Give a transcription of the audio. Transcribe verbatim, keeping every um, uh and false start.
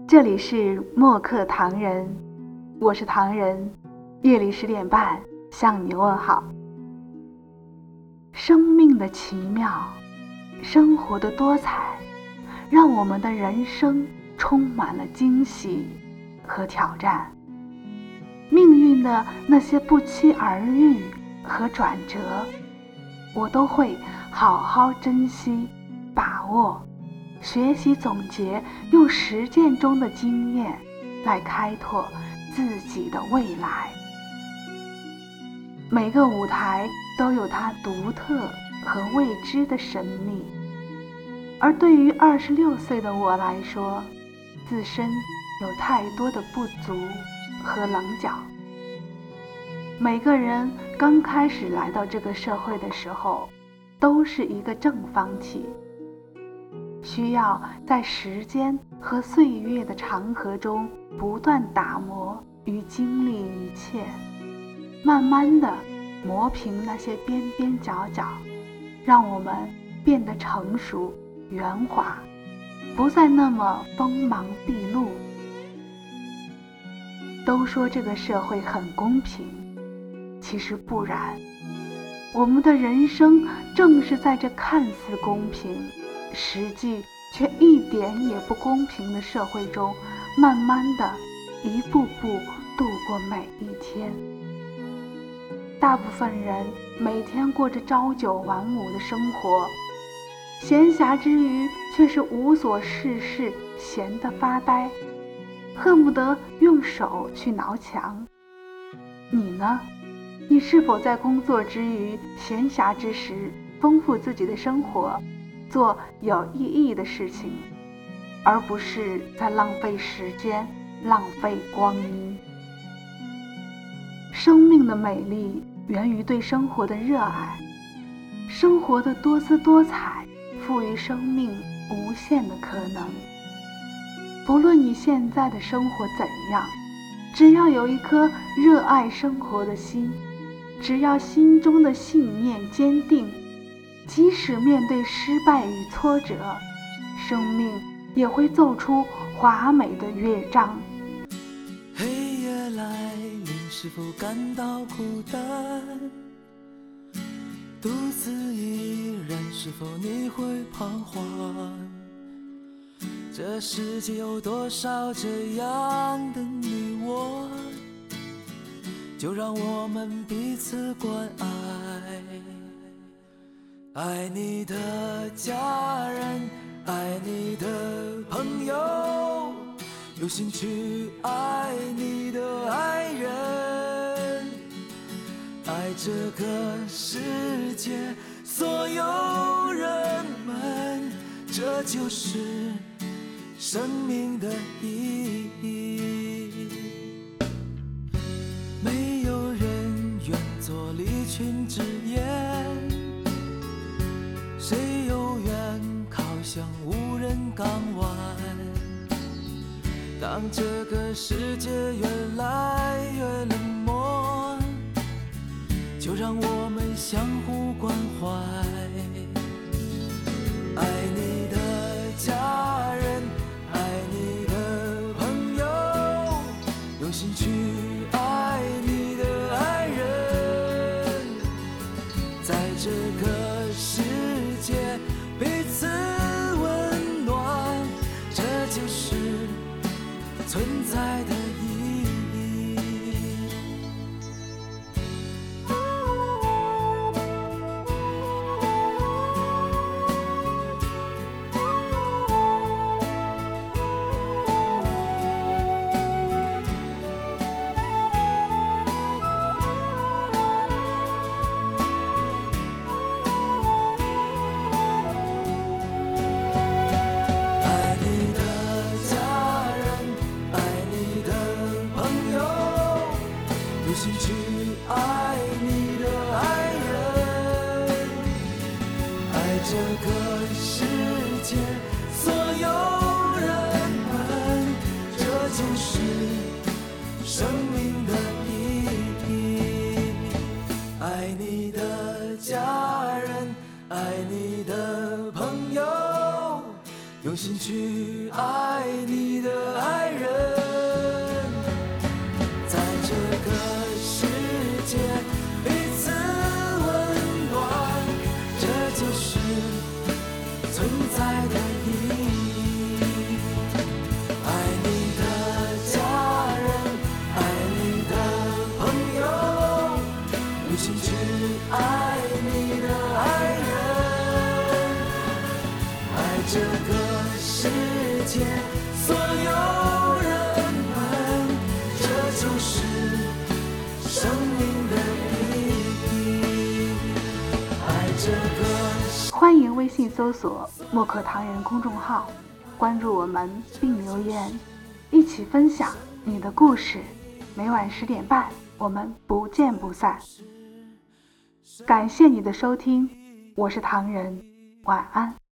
这里是墨客唐人，我是唐人，夜里十点半向你问好。生命的奇妙，生活的多彩，让我们的人生充满了惊喜和挑战。命运的那些不期而遇和转折，我都会好好珍惜把握，学习总结，用实践中的经验来开拓自己的未来。每个舞台都有它独特和未知的神秘，而对于二十六岁的我来说，自身有太多的不足和棱角。每个人刚开始来到这个社会的时候，都是一个正方体，需要在时间和岁月的长河中不断打磨与经历一切，慢慢地磨平那些边边角角，让我们变得成熟圆滑，不再那么锋芒毕露。都说这个社会很公平，其实不然，我们的人生正是在这看似公平，实际却一点也不公平的社会中，慢慢的一步步度过每一天。大部分人每天过着朝九晚五的生活，闲暇之余却是无所事事，闲得发呆，恨不得用手去挠墙。你呢？你是否在工作之余、闲暇之时丰富自己的生活，做有意义的事情，而不是在浪费时间、浪费光阴？生命的美丽源于对生活的热爱，生活的多姿多彩赋予生命无限的可能。不论你现在的生活怎样，只要有一颗热爱生活的心，只要心中的信念坚定，即使面对失败与挫折，生命也会奏出华美的乐章。 黑夜来临，是否感到孤单？独自一人，是否你会彷徨？这世界有多少这样的你我，就让我们彼此关爱。爱你的家人，爱你的朋友，有心去爱你的爱人，爱这个世界所有人们，这就是生命的意义。没有人愿做离群之言，谁又愿靠向无人港湾？当这个世界越来越冷漠，就让我们相互关怀。爱你的家人，爱你的朋友，用心去爱你的爱人，在这个世界彼此温暖，这就是存在的意义。去爱你的爱人，爱这个世界所有人们，这就是生命的意义。爱你的家人，爱你的朋友，用心去爱你的爱人。 见所有人们，这就是生命的意义。爱这个欢迎微信搜索墨客唐人公众号，关注我们并留言，一起分享你的故事。每晚十点半，我们不见不散。感谢你的收听，我是唐人，晚安。